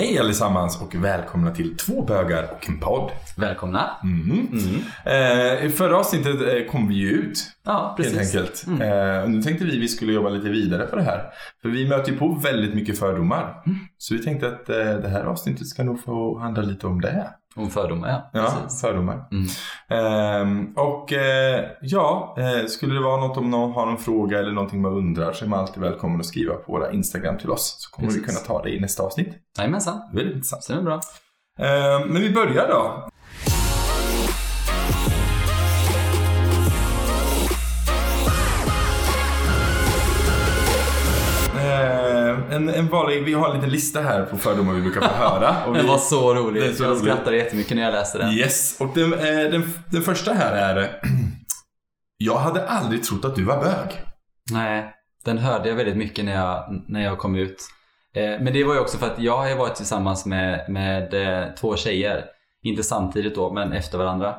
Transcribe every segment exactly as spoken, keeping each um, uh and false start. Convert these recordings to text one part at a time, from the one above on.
Hej allesammans och välkomna till Två bögar och en podd. Välkomna. Mm. Mm. Eh, förra avsnittet eh, kom vi ju ut. Ja, precis. Helt enkelt. Mm. Eh, nu tänkte vi vi skulle jobba lite vidare på det här. För vi möter ju på väldigt mycket fördomar. Mm. Så vi tänkte att eh, det här avsnittet ska nog få handla lite om det. Om fördomar, ja. Ja, precis. fördomar. Mm. Eh, och eh, ja, eh, skulle det vara något om någon har någon fråga eller någonting man undrar så är man alltid välkommen att skriva på våra Instagram till oss. Så kommer precis. vi kunna ta det i nästa avsnitt. Jajamensan. Väldigt intressant. Det är bra. Eh, men vi börjar då. En, en vanlig, vi har en liten lista här på fördomar vi brukar få höra. Och vi, det var så roligt. Det så jag roligt. skrattade jättemycket när jag läste den. Yes, och den, den, den första här är jag hade aldrig trott att du var bög. Nej, den hörde jag väldigt mycket när jag, när jag kom ut. Men det var ju också för att jag har varit tillsammans med, med två tjejer. Inte samtidigt då, men efter varandra.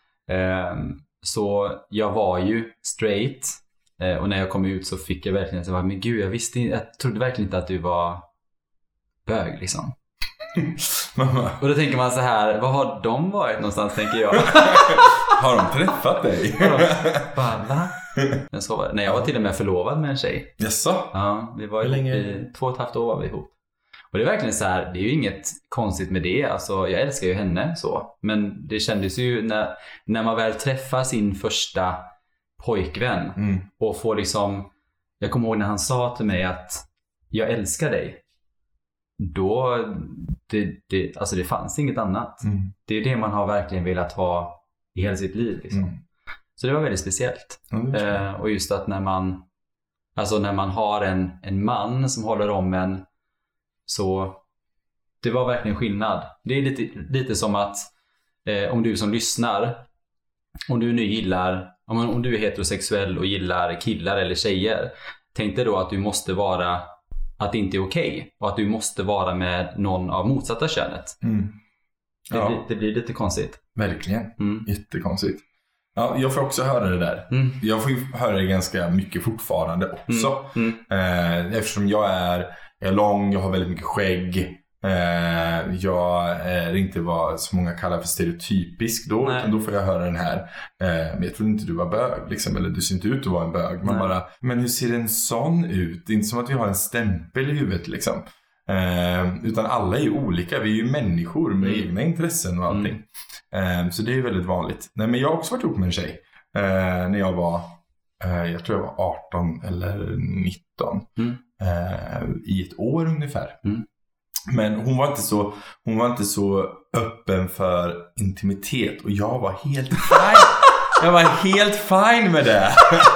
Så jag var ju straight. Och när jag kom ut så fick jag verkligen att jag var, men gud, jag visste inte, jag trodde verkligen inte att du var bög liksom. Mamma. Och då tänker man så här, vad har de varit någonstans, tänker jag. Har de träffat dig? Bara, men så var det. Nej, jag var till och med förlovad med en tjej. Jaså? Ja, vi var länge? i två och ett halvt år var vi ihop. Och det är verkligen så här, det är ju inget konstigt med det. Alltså, jag älskar ju henne så. Men det kändes ju när, när man väl träffar sin första pojkvän mm. och får liksom, jag kommer ihåg när han sa till mig att jag älskar dig, då det, det, alltså det fanns inget annat. Mm. Det är det man har verkligen velat ha i hela sitt liv liksom. Mm. Så det var väldigt speciellt. Mm. eh, och just att när man alltså när man har en, en man som håller om en, så det var verkligen skillnad. Det är lite, lite som att eh, om du som lyssnar, om du nu gillar Om, om du är heterosexuell och gillar killar eller tjejer, tänk dig då att du måste vara, att det inte är okej okay, och att du måste vara med någon av motsatta könet. Mm. Det, ja. blir, det blir lite konstigt. Verkligen, mm. jättekonstigt. Ja, jag får också höra det där. Mm. Jag får ju höra det ganska mycket fortfarande också. Mm. Mm. Eh, eftersom jag är, jag är lång, jag har väldigt mycket skägg. Eh, jag är inte vad så många kallar för stereotypisk då, utan då får jag höra den här eh, men jag tror inte du var bög liksom, eller du ser inte ut att vara en bög. Man bara, men hur ser en sån ut? Det är inte som att vi har en stämpel i huvudet liksom. eh, utan alla är ju olika, vi är ju människor med mm. egna intressen och allting. mm. eh, så det är ju väldigt vanligt. Nej, men jag har också varit ihop med en tjej eh, när jag var eh, jag tror jag var arton eller nitton mm. eh, i ett år ungefär. mm. Men hon var inte så hon var inte så öppen för intimitet och jag var helt fine. Jag var helt fine med det.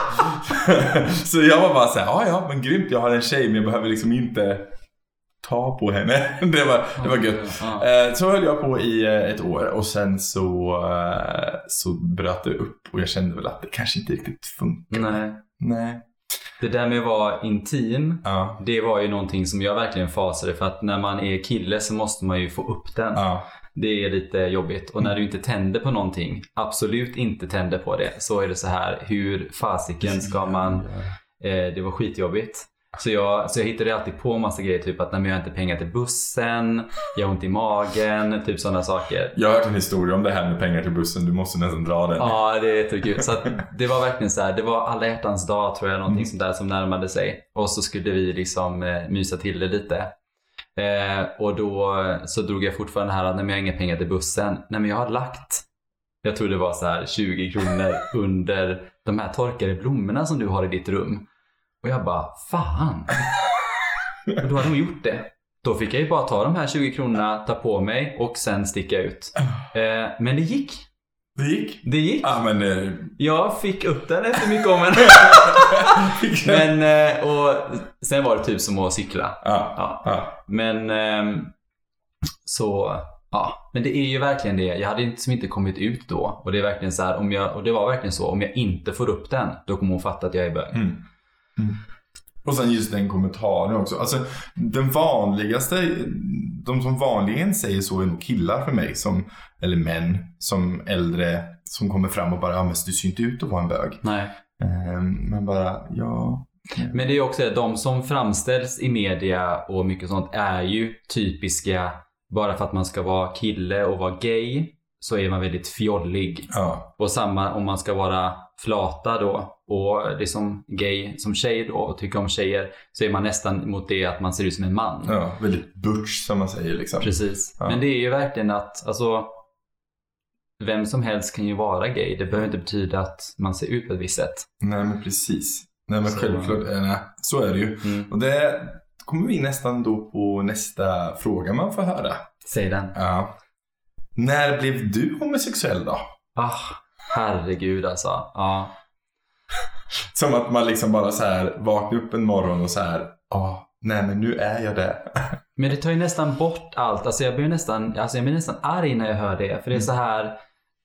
Så jag var bara så här, ja ja, men grymt, jag har en tjej men jag behöver liksom inte ta på henne. Det var det var gött. Så höll jag på i ett år och sen så så bröt det upp och jag kände väl att det kanske inte riktigt funkar. Nej. Nej. Det där med att vara intim, ja. det var ju någonting som jag verkligen fasade för, att när man är kille så måste man ju få upp den. Ja. Det är lite jobbigt. Och när du inte tänder på någonting, absolut inte tänder på det, så är det så här, hur fasiken ska man eh, det var skitjobbigt. Så jag, så jag hittade alltid på massa grejer, typ att när jag har inte pengar till bussen, jag har ont i magen, typ sådana saker. Jag har hört en historia om det här med pengar till bussen, du måste nästan dra den. Ja, det är jättekul. Så att det var verkligen så här, det var alla hjärtans dag tror jag, någonting mm. sånt där som närmade sig. Och så skulle vi liksom eh, mysa till det lite. Eh, och då så drog jag fortfarande här att nej, men jag har inga pengar till bussen. Nej, men jag har lagt, jag tror det var så här tjugo kronor under de här torkade blommorna som du har i ditt rum. Och jag bara, fan. Och då hade de gjort det. Då fick jag ju bara ta de här tjugo kronorna, ta på mig och sen sticka ut. Eh, men det gick. Det gick? Det gick. Ja, men... Eh... Jag fick upp den efter mycket om en. Men, eh, och sen var det typ som att cykla. Ja. Ja. Ja. Men, eh, så... Ja, men det är ju verkligen det. Jag hade inte, som inte kommit ut då. Och det är verkligen så här, om jag, och det var verkligen så, om jag inte får upp den, då kommer hon fatta att jag är bög. Mm. Mm. Och sen just den kommentaren också. Alltså den vanligaste, de som vanligen säger så är nog killar för mig, som, eller män som äldre, som kommer fram och bara, ja men du ser inte ut att vara en bög. Nej. Um, men bara, ja, Mm. Men det är också det, de som framställs i media och mycket sånt är ju typiska, bara för att man ska vara kille och vara gay så är man väldigt fjollig. Ja. Och samma om man ska vara flata då och liksom gay som tjej då och tycker om tjejer, så är man nästan mot det att man ser ut som en man. Ja, väldigt butch som man säger liksom. Precis, ja. Men det är ju verkligen att alltså, vem som helst kan ju vara gay. Det behöver inte betyda att man ser ut på ett visst sätt. Nej men precis. Nej men så. självklart, nej, så är det ju. Mm. Och det kommer vi nästan då på nästa fråga man får höra. Säg den. Ja. När blev du homosexuell då? Ah, herregud alltså. Ja. Som att man liksom bara så här vaknar upp en morgon och så här, ja, ah, nej men nu är jag det. Men det tar ju nästan bort allt. Alltså jag blir nästan, alltså jag blir nästan arg när jag hör det. För det är så här,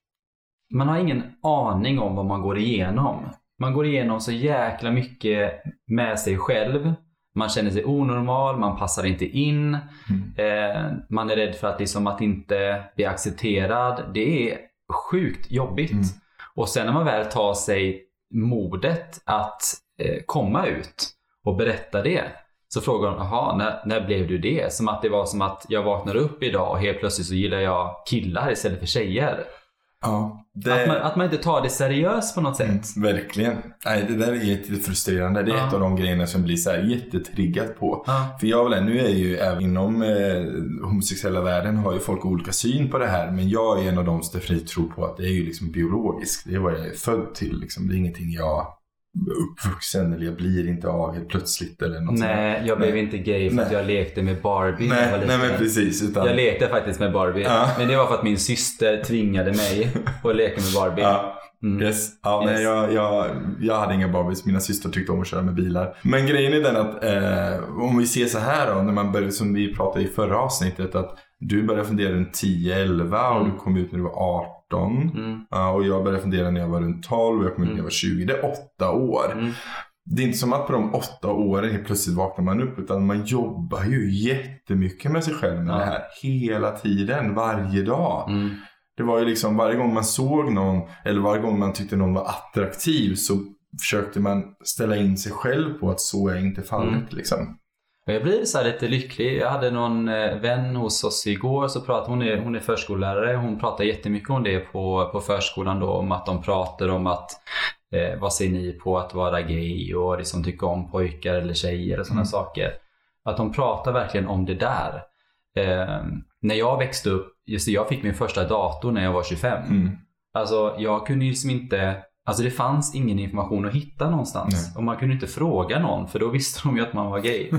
man har ingen aning om vad man går igenom. Man går igenom så jäkla mycket med sig själv. Man känner sig onormal, man passar inte in. Mm. Eh, man är rädd för att, liksom, att inte bli accepterad. Det är sjukt jobbigt. Mm. Och sen när man väl tar sig modet att eh, komma ut och berätta det, så frågar de, jaha, när, när blev du det? Som att det var som att jag vaknar upp idag och helt plötsligt så gillar jag killar istället för tjejer. Ja, det... att, man, att man inte tar det seriöst på något sätt. Mm, verkligen. Nej, det där är jättefrustrerande. Det är ja. ett av de grejerna som blir så här jättetriggat på. Ja. För jag vill, nu är ju även inom eh, homosexuella världen har ju folk olika syn på det här. Men jag är en av de som definitivt tror på att det är ju liksom biologiskt. Det är vad jag är född till. Liksom. Det är ingenting jag uppvuxen eller jag blir inte av helt plötsligt eller något. Nej, sådär. Jag blev nej. inte gay för nej. att jag lekte med Barbie. Nej, nej men precis. Utan... Jag lekte faktiskt med Barbie. Ja. Men det var för att min syster tvingade mig att leka med Barbie. Ja. Mm. Yes. Ja, yes. Nej, jag, jag, jag hade inga Barbies. Mina syster tyckte om att köra med bilar. Men grejen är den att eh, om vi ser så här då, när man börjar, som vi pratade i förra avsnittet, att du började fundera runt tio elva och mm. du kom ut när du var arton. Mm. Uh, och jag började fundera när jag var runt tolv och jag kom ut när jag var tjugo. Det är åtta år. Mm. Det är inte som att på de åtta åren helt plötsligt vaknar man upp, utan man jobbar ju jättemycket med sig själv med ja. det här hela tiden, varje dag. Mm. Det var ju liksom varje gång man såg någon eller varje gång man tyckte någon var attraktiv så försökte man ställa in sig själv på att så är inte fallet mm. liksom. Jag blir så här lite lycklig. Jag hade någon vän hos oss igår, så pratade hon är hon är förskollärare. Hon pratar jättemycket om det på på förskolan då, om att de pratar om att eh, vad säger ni på att vara gay och liksom tycka om pojkar eller tjejer och sådana mm. saker. Att de pratar verkligen om det där. Eh, när jag växte upp, just det, jag fick min första dator när jag var tjugofem. Mm. Alltså jag kunde ju liksom inte, alltså det fanns ingen information att hitta någonstans. Nej. Och man kunde inte fråga någon, för då visste de ju att man var gay.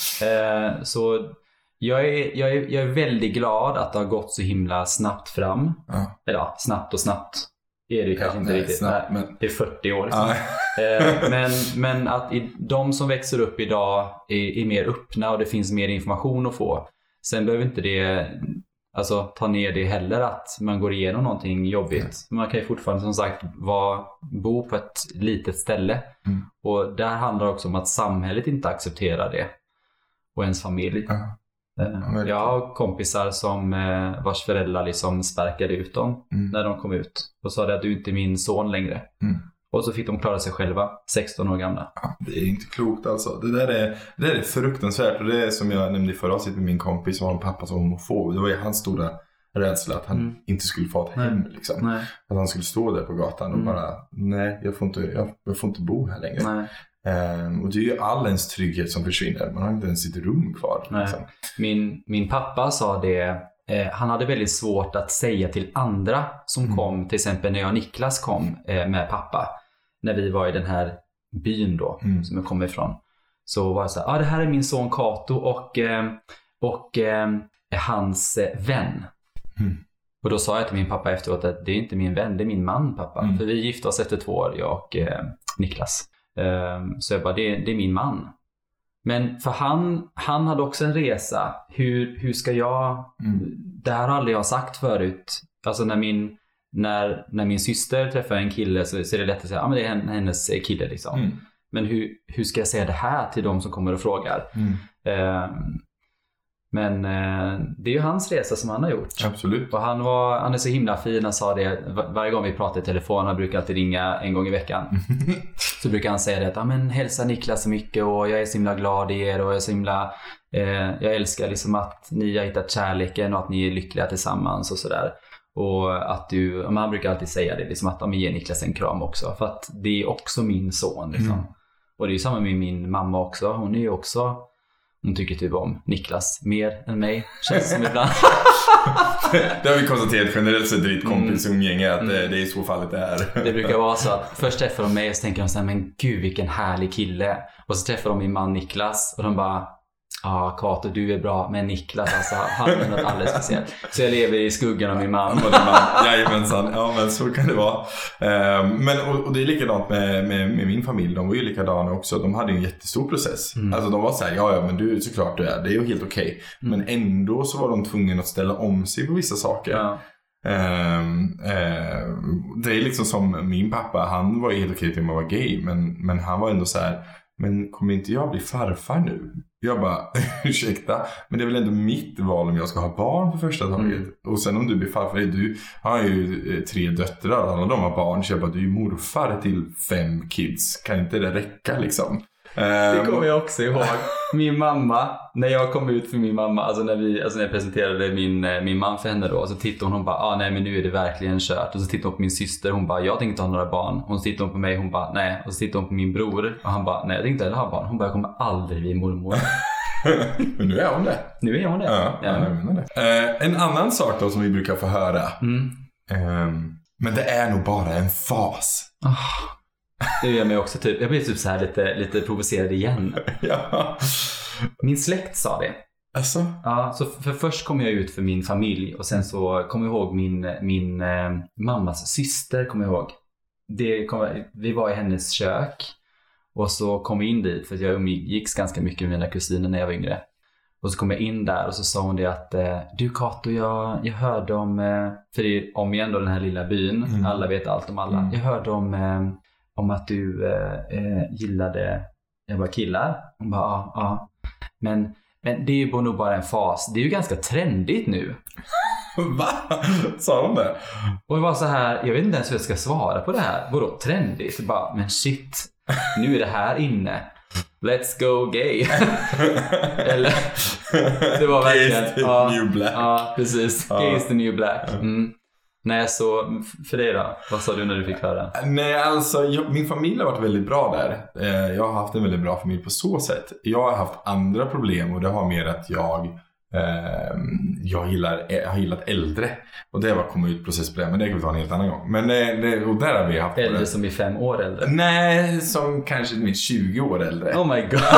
eh, så jag är, jag, är, jag är väldigt glad att det har gått så himla snabbt fram. Ja. Eller ja, snabbt och snabbt är det ju kanske ja, inte nej, riktigt. Snabbt, nej, men... Det är fyrtio år. Liksom. Ja. eh, men, men att i, de som växer upp idag är, är mer öppna och det finns mer information att få. Sen behöver inte det alltså, ta ner det heller att man går igenom någonting jobbigt. Mm. Man kan ju fortfarande som sagt vara, bo på ett litet ställe. Mm. Och där handlar det också om att samhället inte accepterar det. Och ens familj. Mm. Mm. Jag har kompisar som vars föräldrar liksom sparkade ut dem mm. när de kom ut. Och sa att du inte är min son längre. Mm. Och så fick de klara sig själva, sexton år gamla. Ja, det är inte klokt alltså. Det där är, det där är fruktansvärt. Och det är som jag nämnde i förra avsnittet med min kompis som var en pappa som homofob. Det var ju hans stora rädsla att han mm. inte skulle få ett hem. Liksom. Nej. Att han skulle stå där på gatan och mm. bara, nej jag får, inte, jag, jag får inte bo här längre. Um, och det är ju all ens trygghet som försvinner. Man har inte ens sitt rum kvar. Liksom. Min, min pappa sa det. Eh, han hade väldigt svårt att säga till andra som mm. kom, till exempel när jag och Niklas kom eh, med pappa. När vi var i den här byn då, mm. som jag kom ifrån. Så var det så här, ah, det här är min son Kato och, eh, och eh, hans eh, vän. Mm. Och då sa jag till min pappa efteråt att det är inte min vän, det är min man pappa. Mm. För vi gifte oss efter två år, jag och eh, Niklas. Eh, så jag bara, det, det är min man. Men för han, han hade också en resa. Hur, hur ska jag... Mm. Det här har aldrig jag sagt förut. Alltså när min, när, när min syster träffar en kille så, så är det lätt att säga att ah, det är hennes kille. Liksom. Mm. Men hur, hur ska jag säga det här till de som kommer och frågar? Mm. Eh, men eh, det är ju hans resa som han har gjort. Absolut. Och han, var, han är så himla fin. Han sa det var, varje gång vi pratar i telefon. Han brukar alltid ringa en gång i veckan. Så brukar han säga det att, ja men hälsa Niklas så mycket och jag är så himla glad i er och jag är så himla, eh, jag älskar liksom att ni har hittat kärleken och att ni är lyckliga tillsammans och sådär. Och att du, man brukar alltid säga det, liksom att de ger Niklas en kram också. För att det är också min son liksom. Mm. Och det är ju samma med min mamma också. Hon är ju också, hon tycker typ om Niklas mer än mig, känns som ibland. Det har vi konstaterat generellt sett i ditt kompisumgänge att mm. det, det är så fallet det är. Det brukar vara så att först träffar de mig och så tänker de så här, men gud vilken härlig kille. Och så träffar de min man Niklas och de bara, ja ah, Kato du är bra, men Niklas alltså, han är något alldeles speciellt. Så jag lever i skuggan av min man. Jajamensan, ja men så kan det vara. uh, Men och, och det är likadant med, med, med min familj. De var ju likadana också. De hade ju en jättestor process. mm. Alltså de var så här, ja ja men du såklart du är, det är ju helt okej okay. mm. Men ändå så var de tvungna att ställa om sig på vissa saker. ja. Uh, uh, det är liksom som min pappa, han var ju helt okej till att man var gay, men, men han var ändå så här, men kommer inte jag bli farfar nu? Jag bara, ursäkta, men det är väl ändå mitt val om jag ska ha barn på första taget. Mm. Och sen om du blir farfar, du har ju tre döttrar, alla de har barn, så jag bara, du är ju morfar till fem kids. Kan inte det räcka liksom? Det kommer jag också ihåg. Min mamma, när jag kom ut för min mamma, alltså när vi alltså när jag presenterade min, min man för henne då, så tittade hon, hon bara, ah, nej men nu är det verkligen kört. Och så tittade hon på min syster, hon bara, jag tänkte inte ha några barn. Och så tittade hon på mig, hon bara, nej. Och så tittade hon på min bror och han bara, nej jag tänkte inte heller ha barn. Hon bara, jag kommer aldrig bli mormor. Men nu är hon det. Nu är hon det. Ja, ja. Jag menar det. Uh, en annan sak då som vi brukar få höra. Mm. Um, men det är nog bara en fas. Oh. Det gör mig också typ, jag blir typ så här lite, lite provocerad igen. Ja. Min släkt sa det. Alltså? Ja, så för först kom jag ut för min familj och sen så kom jag ihåg min, min eh, mammas syster, kom jag ihåg. Det kom, vi var i hennes kök och så kom jag in dit för att jag umgicks ganska mycket med mina kusiner när jag var yngre. Och så kom jag in där och så sa hon det att eh, du Kato, jag, jag hörde om, eh, för det är om igen då den här lilla byn, mm. alla vet allt om alla. Mm. Jag hörde om... Eh, om att du eh, gillade jag bara killar. Hon bara, ja, ja. Men, men det är ju nog bara en fas. Det är ju ganska trendigt nu. Va? Sa hon det? Och det var så här, jag vet inte ens hur jag ska svara på det här. Vadå trendigt? Bara, men shit, nu är det här inne. Let's go gay. Eller, det var verkligen. Gay is the ja, new black. Ja, precis. Ja. Gay is the new black. Mm. Nej, så för dig då? Vad sa du när du fick höra? Nej, alltså jag, min familj har varit väldigt bra där. Eh, jag har haft en väldigt bra familj på så sätt. Jag har haft andra problem och det har mer att jag eh, jag, gillar, jag har gillat äldre. Och det var komma ut processproblem, men det kan vi ta en helt annan gång. Men eh, det, och där har vi haft... Äldre det. Som är fem år äldre? Nej, som kanske minst tjugo år äldre. Oh my god.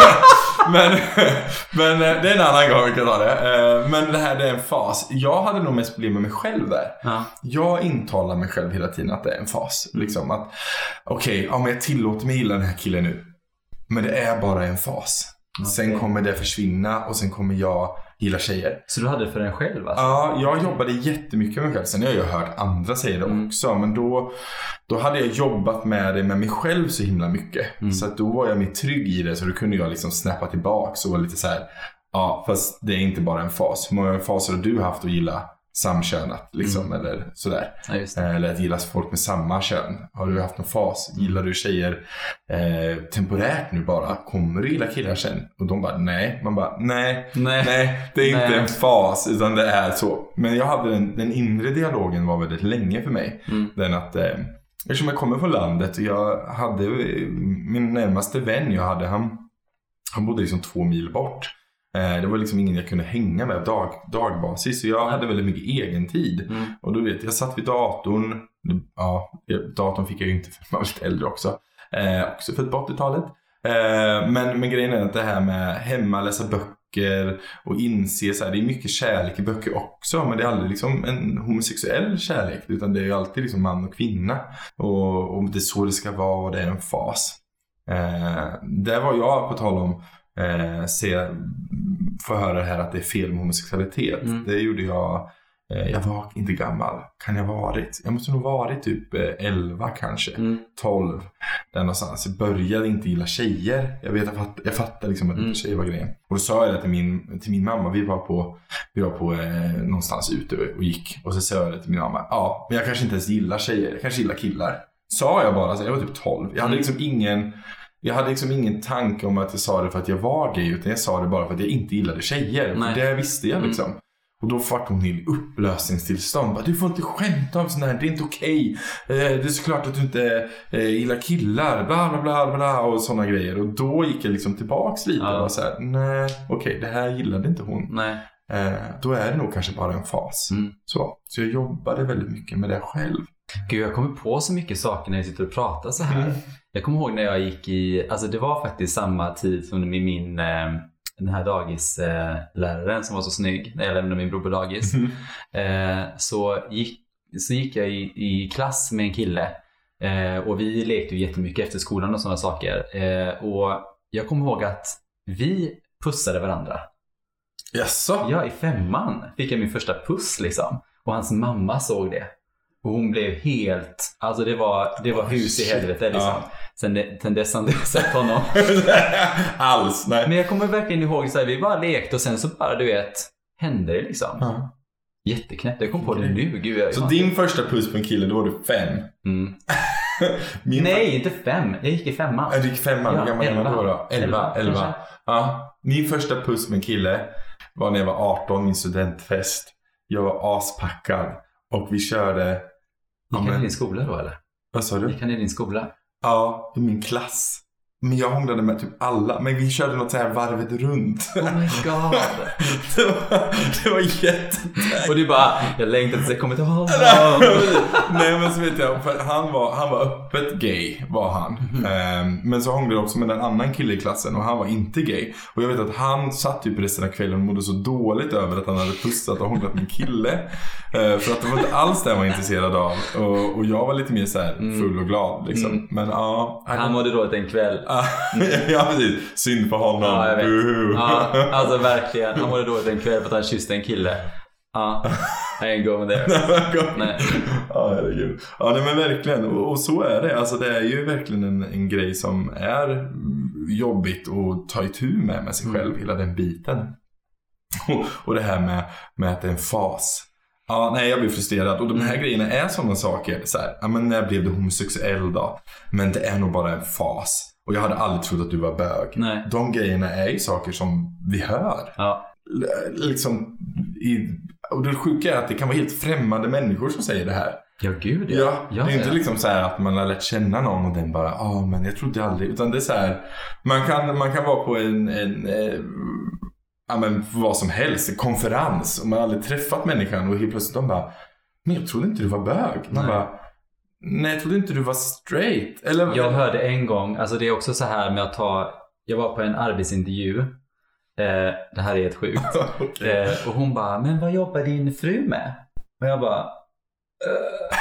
men, men det är en annan gång vi kan ta det. Men det här det är en fas. Jag hade nog mest problem med mig själv där. Ja. Jag intalar mig själv hela tiden att det är en fas. Mm. Liksom att, okej, okay, ja, jag tillåter mig gilla den här killen nu. Men det är bara en fas. Okay. Sen kommer det försvinna och sen kommer jag gilla tjejer. Så du hade det för dig själv alltså? Ja, jag jobbade jättemycket med mig själv. Sen har jag hört andra säga det mm. också. Men då, då hade jag jobbat med det med mig själv så himla mycket. Mm. Så att då var jag mer trygg i det. Så då kunde jag liksom snappa tillbaka och vara lite så här. Ja, fast det är inte bara en fas. Hur många faser har du haft att gilla samkönat liksom, mm. eller sådär. Ja, eller att gilla folk med samma kön. Har du haft någon fas? Gillar du tjejer eh, temporärt nu bara? Kommer du gilla killar sen? Och de bara, nej. Man bara, nej, nej, nej det är nej. Inte en fas utan det är så. Men jag hade den, den inre dialogen var väldigt länge för mig. Mm. Den att, eh, eftersom jag kommer från landet och jag hade, min närmaste vän jag hade, han, han bodde liksom två mil bort. Det var liksom ingen jag kunde hänga med dag, dagbasis. Så jag hade väldigt mycket egen tid. Mm. Och då vet jag, satt vid datorn. Ja, datorn fick jag ju inte för jag var lite äldre också. Eh, också för på åttiotalet. Eh, men, men grejen är att det här med hemma, läsa böcker och inse så här, det är mycket kärlek i böcker också. Men det är aldrig liksom en homosexuell kärlek. Utan det är ju alltid liksom man och kvinna. Och, och det är så det ska vara och det är en fas. Eh, där var jag på tal om Eh, se, få höra här att det är fel med homosexualitet. Mm. Det gjorde jag eh, jag var inte gammal. Kan jag varit? Jag måste nog varit typ eh, elva kanske. Mm. tolv. Där någonstans. Jag började inte gilla tjejer. Jag vet, jag fattade, jag fattade liksom att mm. tjejer var grejen. Och då sa jag det till min, till min mamma. Vi var på, vi var på eh, någonstans ute och gick. Och så sa jag det till min mamma. Ja, men jag kanske inte ens gillar tjejer. Jag kanske gillar killar. sa jag bara, så jag var typ tolv. Jag hade liksom ingen... Jag hade liksom ingen tanke om att jag sa det för att jag var gay, utan jag sa det bara för att jag inte gillade tjejer. Nej. För det visste jag liksom. Mm. Och då var hon i upplösningstillstånd. Bara, du får inte skämta om sånt här, det är inte okej. Eh, det är såklart att du inte eh, gillar killar, bla bla bla bla och sådana grejer. Och då gick jag liksom tillbaks lite ja. och var så här, nej, okej, det här gillade inte hon. Nej. Eh, då är det nog kanske bara en fas. Mm. Så. så jag jobbade väldigt mycket med det själv. Gud, jag kommer på så mycket saker när jag sitter och pratar så här. Mm. Jag kommer ihåg när jag gick i, alltså det var faktiskt samma tid som med min, eh, den här dagisläraren eh, som var så snygg när jag lämnade min bror på dagis. Mm. Eh, så, gick, så gick jag i, i klass med en kille eh, och vi lekte ju jättemycket efter skolan och sådana saker. Eh, och jag kommer ihåg att vi pussade varandra. Jaså? Ja, i femman fick jag min första puss liksom. Och hans mamma såg det. Och hon blev helt, alltså det var, det var hus i helvete liksom. Ja. Sen, sen dess har jag sett honom. Alls, nej. Men jag kommer verkligen ihåg så här, vi bara lekte och sen så bara, du vet, hände det liksom. Ja. Jätteknäppt, jag kom på det nu. Gud, jag så din första puss på en kille, då var du fem? Mm. Nej, fa- inte fem. Jag gick i femman. Jag gick i femman, hur gammal var du då? Elva. Elva. Ja. Min första puss med en kille var när jag var arton, min studentfest. Jag var aspackad. Och vi körde... Gick han i din skola då eller? Vad sa du? Gick han i din skola? Ja, i min klass. Men jag hånglade med typ alla. Men vi körde något så här varvet runt. Oh my god. det var, det var jättetäckt. Och du bara, jag längtar tills jag kommer till honom. Nej men så vet jag, för han var, han var öppet gay, var han. Mm. Um, men så hånglade jag också med en annan kille i klassen och han var inte gay. Och jag vet att han satt ju på resten av kvällen och mådde så dåligt över att han hade pussat och hånglat med en kille. Uh, för att det var inte alls det han var intresserad av. Och, och jag var lite mer så här full och glad liksom. Mm. Men ja. Uh, han mådde dåligt en kväll. Ja precis, synd för honom. Ja, jag vet. Ja, alltså verkligen. Han mådde dåligt en kväll för att han kysste en kille. Ja, I ain't going there. Nej. Ja, herregud. Ja, nej, men verkligen. Och, och så är det. Alltså det är ju verkligen en, en grej som är jobbigt att ta itu med med sig själv, mm. hela den biten. Och, och det här med, med att det är en fas. Ja, nej, jag blir frustrerad. Och de här mm. grejerna är sådana saker. Så här, ja, men när blev du homosexuell då? Men det är nog bara en fas. Och jag hade aldrig trott att du var bög. Nej. De grejerna är ju saker som vi hör. Ja. L- liksom i, och det sjuka är att det kan vara helt främmande människor som säger det här. Ja, gud ja. Ja, ja det är ja. inte liksom så här att man har lärt känna någon och den bara, ja ah, men jag trodde aldrig. Utan det är så här, man kan, man kan vara på en, en eh, ja men vad som helst, en konferens. Och man har aldrig träffat människan och helt plötsligt de bara, men jag trodde inte du var bög. Man bara, nej, jag trodde inte du var straight. Eller, jag hörde en gång, alltså det är också så här med att ta, jag var på en arbetsintervju. Eh, det här är helt sjukt. Okay. Eh, och hon bara, men vad jobbar din fru med? Och jag bara, eh,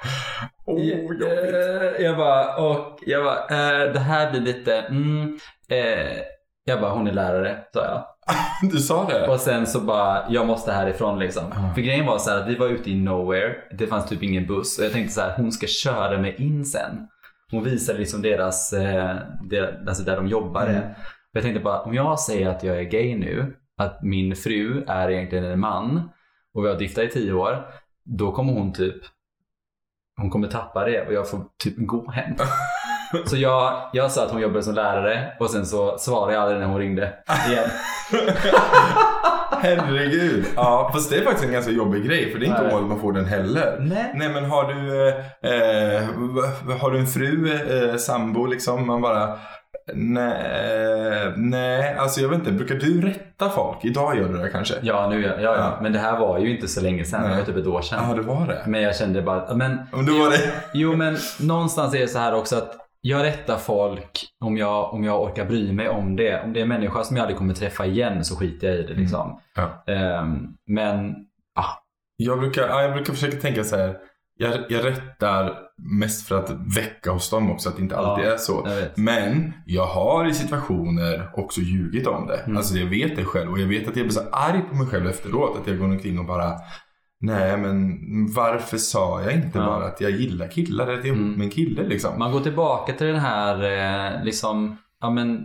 oh, eh, jag bara, och jag bara, eh, det här blir lite, mm, eh, jag bara, hon är lärare, sa jag. Du sa det? Och sen så bara, jag måste härifrån liksom. Mm. För grejen var så här att vi var ute i nowhere. Det fanns typ ingen buss. Och jag tänkte så här, hon ska köra mig in sen. Hon visade liksom deras, eh, der, alltså där de jobbade. Mm. Och jag tänkte bara, om jag säger att jag är gay nu, att min fru är egentligen en man och vi har gifta i tio år, då kommer hon typ, hon kommer tappa det och jag får typ gå hem. Så jag, jag sa att hon jobbade som lärare och sen så svarade jag aldrig när hon ringde igen. Herregud. Ja, fast det är faktiskt en ganska jobbig grej, för det är inte ovanligt man får den heller. Nej. Nej, men har du eh, har du en fru, eh, sambo liksom, man bara nej, nej, alltså jag vet inte, brukar du rätta folk? Idag gör du det kanske? Ja, nu ja, ja, ja. Men det här var ju inte så länge sedan, det var typ ett år sedan. Ja, det var det. Men jag kände bara, men om det var det. Jo, men någonstans är det så här också att jag rättar folk om jag, om jag orkar bry mig om det. Om det är människor som jag aldrig kommer träffa igen så skiter jag i det liksom. Mm. Ja. Um, men, ah. Jag brukar, ja, jag brukar försöka tänka så här. Jag, jag rättar mest för att väcka hos dem också, att det inte alltid ja, är så. Jag men jag har i situationer också ljugit om det. Mm. Alltså jag vet det själv och jag vet att jag blir så arg på mig själv efteråt. Att jag går omkring och bara, nej men varför sa jag inte ja. bara att jag gillar killar eller att jag är ihop med en kille liksom. Man går tillbaka till den här eh, liksom, ja men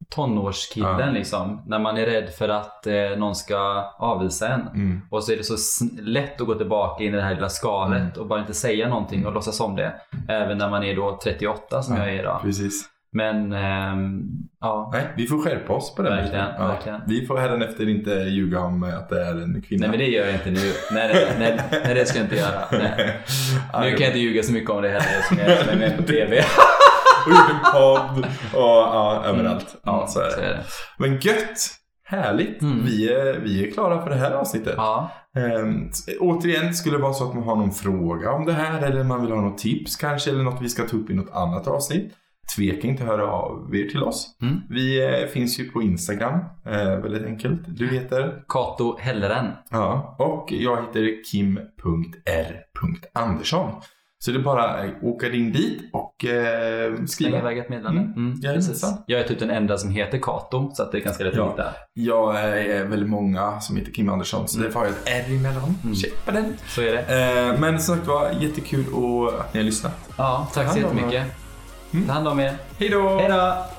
tonårskillen ja. liksom. När man är rädd för att eh, någon ska avvisa en. Mm. Och så är det så sn- lätt att gå tillbaka in i det här lilla skalet mm. och bara inte säga någonting och låtsas om det. Även när man är då trettioåtta som ja, jag är idag. Precis. Men ähm, ja. Nej, vi får skärpa oss på det. Verkligen, ja. verkligen. Vi får här efter inte ljuga om att det är en kvinna. Nej, men det gör jag inte nu. Nej, nej, nej det ska jag inte göra. Nej. Nu kan jag inte ljuga så mycket om det heller som jag är med på tv. Och gjort en podd och ja, överallt. Mm. Ja, så är, det. så är det. Men gött! Härligt! Mm. Vi, är, vi är klara för det här avsnittet. Ja. Ähm, återigen, skulle det vara så att man har någon fråga om det här eller man vill ha något tips kanske eller något vi ska ta upp i något annat avsnitt. Tveka inte höra av er till oss. Mm. Vi eh, finns ju på Instagram. Eh, väldigt enkelt. Du heter? Kato Helleren. Ja, och jag heter kim punkt r punkt andersson. Så det är bara att åka in dit och eh, skriva. Slänga iväg ett meddelande. Mm. Mm. Ja, precis. Jag är typ den enda som heter Kato, så att det är ganska rätt ja. där. Jag är väldigt många som heter Kim Andersson, så mm. det får jag ett R emellan. Mm. Check på den. Så är det. Eh, men som sagt var, jättekul att ni har lyssnat. Ja, tack så jättemycket. Mm. Ta hand om er. Hej då! Hej då!